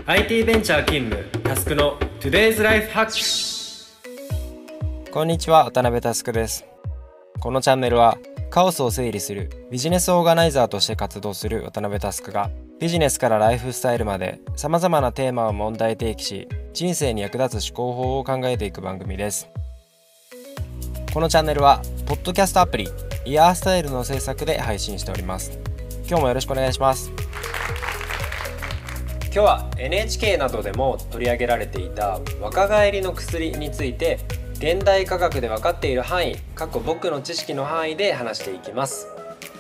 IT ベンチャー勤務タスクの Today's Life Hack。 こんにちは、渡辺タスクです。このチャンネルはカオスを整理するビジネスオーガナイザーとして活動する渡辺タスクがビジネスからライフスタイルまで様々なテーマを問題提起し、人生に役立つ思考法を考えていく番組です。このチャンネルはポッドキャストアプリイヤースタイルの制作で配信しております。今日もよろしくお願いします。 今日は NHK などでも取り上げられていた若返りの薬について現代科学で分かっている範囲、僕の知識の範囲で話していきます。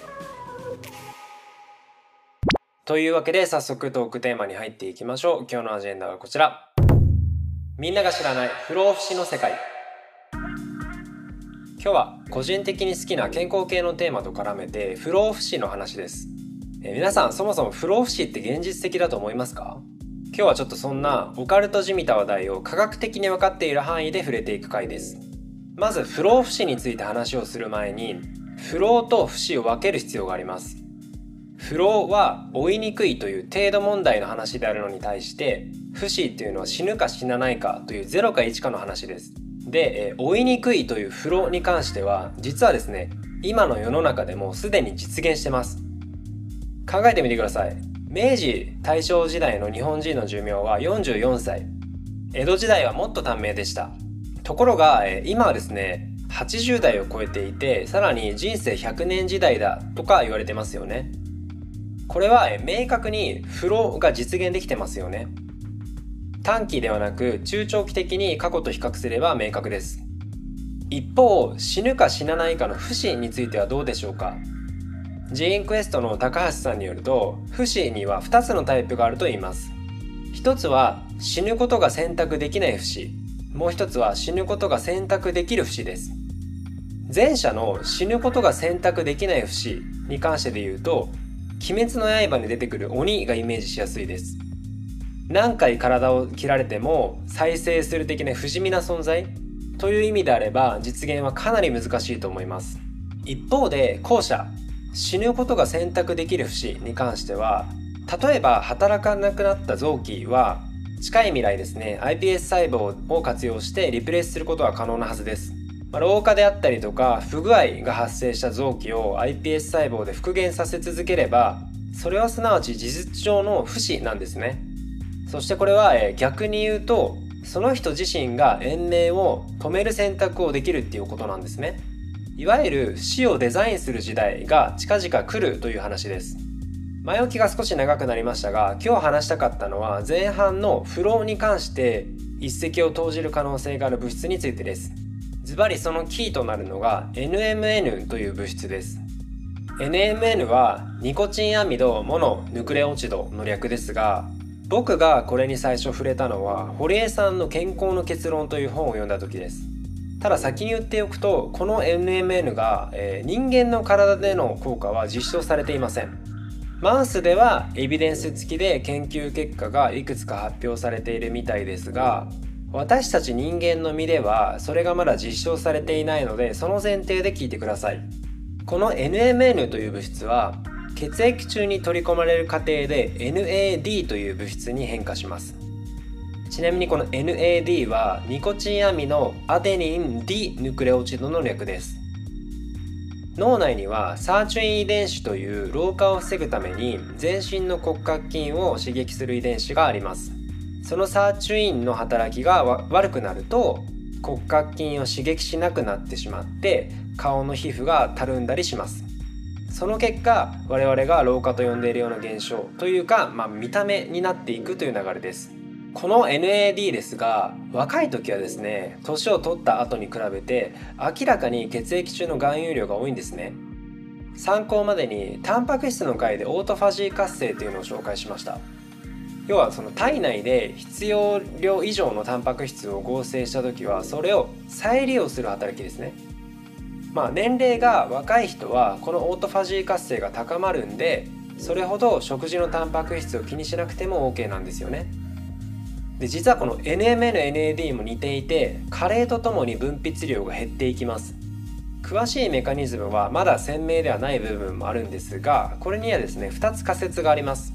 というわけで早速トークテーマに入っていきましょう。今日のアジェンダはこちら。みんなが知らない不老不死の世界。今日は個人的に好きな健康系のテーマと絡めて不老不死の話です。皆さんそもそも不老不死って現実的だと思いますか？今日はちょっとそんなオカルトじみた話題を科学的に分かっている範囲で触れていく回です。まず不老不死について話をする前に不老と不死を分ける必要があります。不老は老いにくいという程度問題の話であるのに対して不死っていうのは死ぬか死なないかという0か1かの話です。で、老いにくいという不老に関しては実はですね、今の世の中でもすでに実現してます。考えてみてください。明治大正時代の日本人の寿命は44歳、江戸時代はもっと短命でした。ところが今はですね80代を超えていて、さらに人生100年時代だとか言われてますよね。これは明確に不老が実現できてますよね。短期ではなく中長期的に過去と比較すれば明確です。一方、死ぬか死なないかの不死についてはどうでしょうか。ジーンクエストの高橋さんによると、不死には2つのタイプがあると言います。一つは死ぬことが選択できない不死、もう一つは死ぬことが選択できる不死です。前者の死ぬことが選択できない不死に関してで言うと、鬼滅の刃に出てくる鬼がイメージしやすいです。何回体を切られても再生する的な不死身な存在という意味であれば実現はかなり難しいと思います。一方で後者、死ぬことが選択できる不死に関しては、例えば働かなくなった臓器は近い未来ですね iPS 細胞を活用してリプレイスすることは可能なはずです。老化であったりとか不具合が発生した臓器を iPS 細胞で復元させ続ければ、それはすなわち事実上の不死なんですね。そしてこれは逆に言うとその人自身が延命を止める選択をできるっていうことなんですね。いわゆる死をデザインする時代が近々来るという話です。前置きが少し長くなりましたが、今日話したかったのは前半の不老に関して一石を投じる可能性がある物質についてです。ズバリそのキーとなるのが NMN という物質です。 NMN はニコチンアミドモノヌクレオチドの略ですが、僕がこれに最初触れたのは堀江さんの健康の結論という本を読んだ時です。ただ先に言っておくと、この NMN が、人間の体での効果は実証されていません。マウスではエビデンス付きで研究結果がいくつか発表されているみたいですが、私たち人間の身ではそれがまだ実証されていないので、その前提で聞いてください。この NMN という物質は血液中に取り込まれる過程で NAD という物質に変化します。ちなみにこの NAD はニコチンアミのアデニン D ヌクレオチドの略です。脳内にはサーチュイン遺伝子という老化を防ぐために全身の骨格筋を刺激する遺伝子があります。そのサーチュインの働きが悪くなると骨格筋を刺激しなくなってしまって顔の皮膚がたるんだりします。その結果我々が老化と呼んでいるような現象というか、見た目になっていくという流れです。この NAD ですが、若い時はですね、年を取った後に比べて明らかに血液中の含有量が多いんですね。参考までにタンパク質の回でオートファジー活性というのを紹介しました。要はその体内で必要量以上のタンパク質を合成した時はそれを再利用する働きですね。年齢が若い人はこのオートファジー活性が高まるんで、それほど食事のタンパク質を気にしなくても OK なんですよね。で、実はこの NMN、NAD も似ていて加齢とともに分泌量が減っていきます。詳しいメカニズムはまだ鮮明ではない部分もあるんですが、これにはですね2つ仮説があります。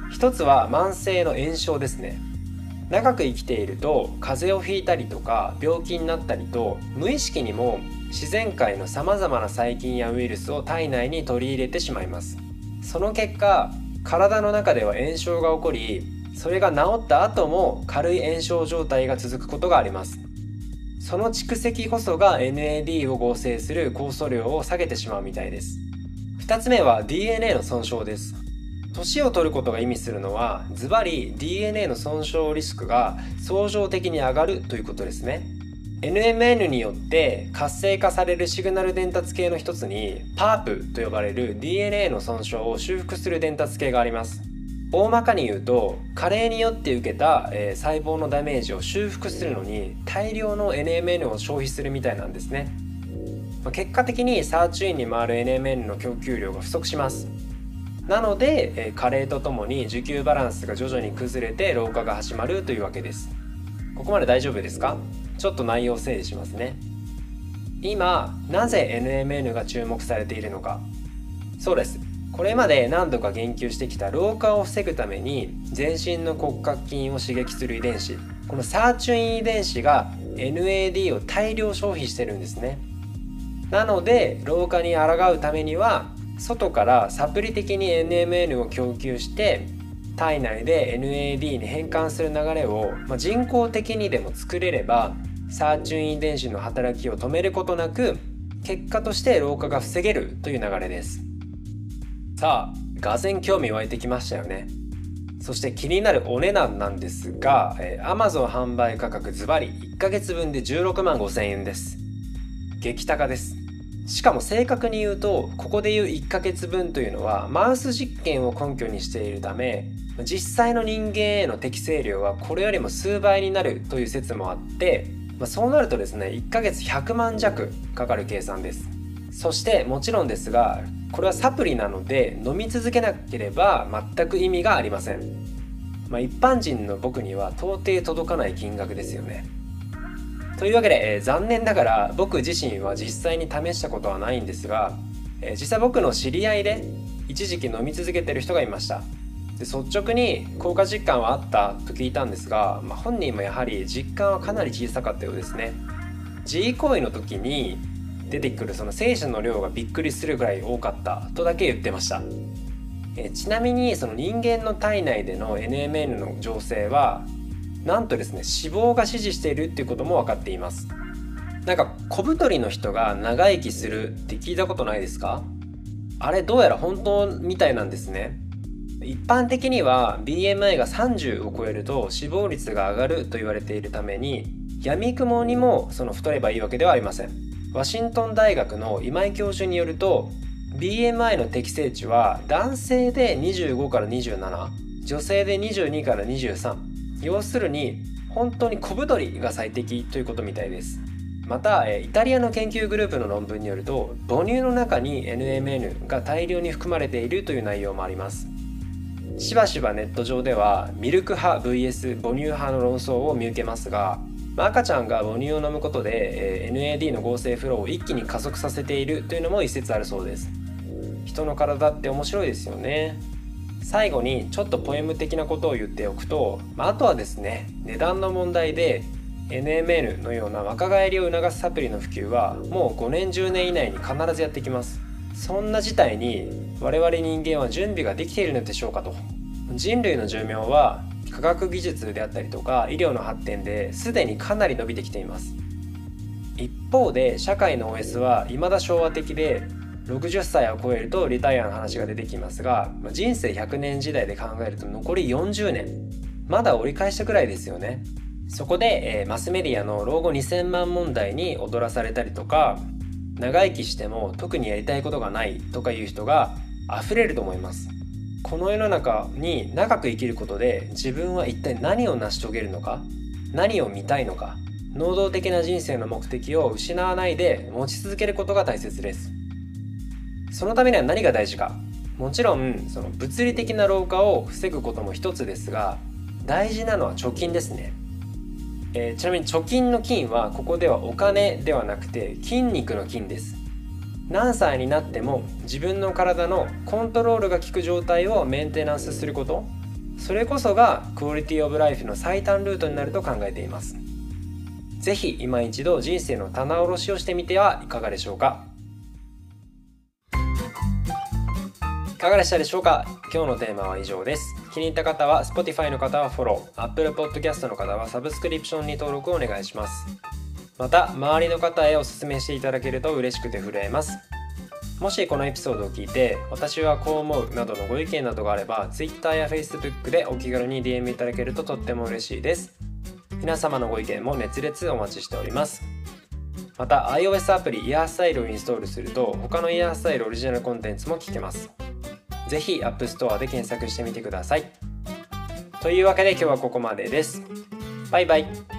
一つは慢性の炎症ですね。長く生きていると風邪をひいたりとか病気になったりと、無意識にも自然界のさまざまな細菌やウイルスを体内に取り入れてしまいます。その結果、体の中では炎症が起こり、それが治った後も軽い炎症状態が続くことがあります。その蓄積こそが NAD を合成する酵素量を下げてしまうみたいです。2つ目は DNA の損傷です。年を取ることが意味するのは、ズバリ DNA の損傷リスクが相乗的に上がるということですね。NMN によって活性化されるシグナル伝達系の一つに PARP と呼ばれる DNA の損傷を修復する伝達系があります。大まかに言うと、加齢によって受けた、細胞のダメージを修復するのに大量の NMN を消費するみたいなんですね。結果的にサーチュインに回る NMN の供給量が不足します。なので、加齢とともに受給バランスが徐々に崩れて老化が始まるというわけです。ここまで大丈夫ですか？ちょっと内容を整理しますね。今、なぜ NMN が注目されているのか。そうです。これまで何度か言及してきた老化を防ぐために全身の骨格筋を刺激する遺伝子、このサーチュイン遺伝子が NAD を大量消費してるんですね。なので老化に抗うためには、外からサプリ的に NMN を供給して体内で NAD に変換する流れを、人工的にでも作れれば、サーチュイン遺伝子の働きを止めることなく、結果として老化が防げるという流れです。さあ、がぜん興味湧いてきましたよね。そして気になるお値段なんですが、Amazon 販売価格ズバリ1ヶ月分で16万5千円です。激高です。しかも正確に言うと、ここで言う1ヶ月分というのはマウス実験を根拠にしているため、実際の人間への適正量はこれよりも数倍になるという説もあって、そうなるとですね、1ヶ月100万弱かかる計算です。そしてもちろんですが、これはサプリなので飲み続けなければ全く意味がありません。一般人の僕には到底届かない金額ですよね。というわけで、残念ながら僕自身は実際に試したことはないんですが、実際僕の知り合いで一時期飲み続けてる人がいました。で、率直に効果実感はあったと聞いたんですが、本人もやはり実感はかなり小さかったようですね。自慰行為の時に出てくるその精子の量がびっくりするぐらい多かったとだけ言ってました。ちなみにその人間の体内での NMN の醸成はなんとですね、脂肪が支持しているっていうことも分かっています。なんか小太りの人が長生きするって聞いたことないですか？あれどうやら本当みたいなんですね。一般的には BMI が30を超えると死亡率が上がると言われているために、闇雲にもその太ればいいわけではありません。ワシントン大学の今井教授によると、 BMI の適正値は男性で25から27、女性で22から23、要するに本当に小太りが最適ということみたいです。またイタリアの研究グループの論文によると、母乳の中に NMN が大量に含まれているという内容もあります。しばしばネット上ではミルク派 vs 母乳派の論争を見受けますが、赤ちゃんが母乳を飲むことで NAD の合成フローを一気に加速させているというのも一説あるそうです。人の体って面白いですよね。最後にちょっとポエム的なことを言っておくと、あとはですね、値段の問題で NMN のような若返りを促すサプリの普及はもう5年10年以内に必ずやってきます。そんな事態に我々人間は準備ができているのでしょうかと。人類の寿命は科学技術であったりとか医療の発展ですでにかなり伸びてきています。一方で社会の OS は未だ昭和的で、60歳を超えるとリタイアの話が出てきますが、人生100年時代で考えると残り40年、まだ折り返したくらいですよね。そこで、マスメディアの老後2000万問題に踊らされたりとか、長生きしても特にやりたいことがないとかいう人が溢れると思います。この世の中に長く生きることで自分は一体何を成し遂げるのか、何を見たいのか、能動的な人生の目的を失わないで持ち続けることが大切です。そのためには何が大事か、もちろんその物理的な老化を防ぐことも一つですが、大事なのは貯金ですね。ちなみに貯金の金はここではお金ではなくて筋肉の筋です。何歳になっても自分の体のコントロールが効く状態をメンテナンスすること、 それこそがクオリティオブライフの最短ルートになると考えています。ぜひ今一度人生の棚卸しをしてみてはいかがでしょうか。いかがでしたでしょうか。今日のテーマは以上です。気に入った方は Spotify の方はフォロー、Apple Podcast の方はサブスクリプションに登録をお願いします。また周りの方へお勧めしていただけると嬉しくて震えます。もしこのエピソードを聞いて私はこう思うなどのご意見などがあれば Twitter や Facebook でお気軽に DM いただけるととっても嬉しいです。皆様のご意見も熱烈お待ちしております。また iOS アプリイヤースタイルをインストールすると他のイヤースタイルオリジナルコンテンツも聞けます。ぜひ App Store で検索してみてください。というわけで今日はここまでです。バイバイ。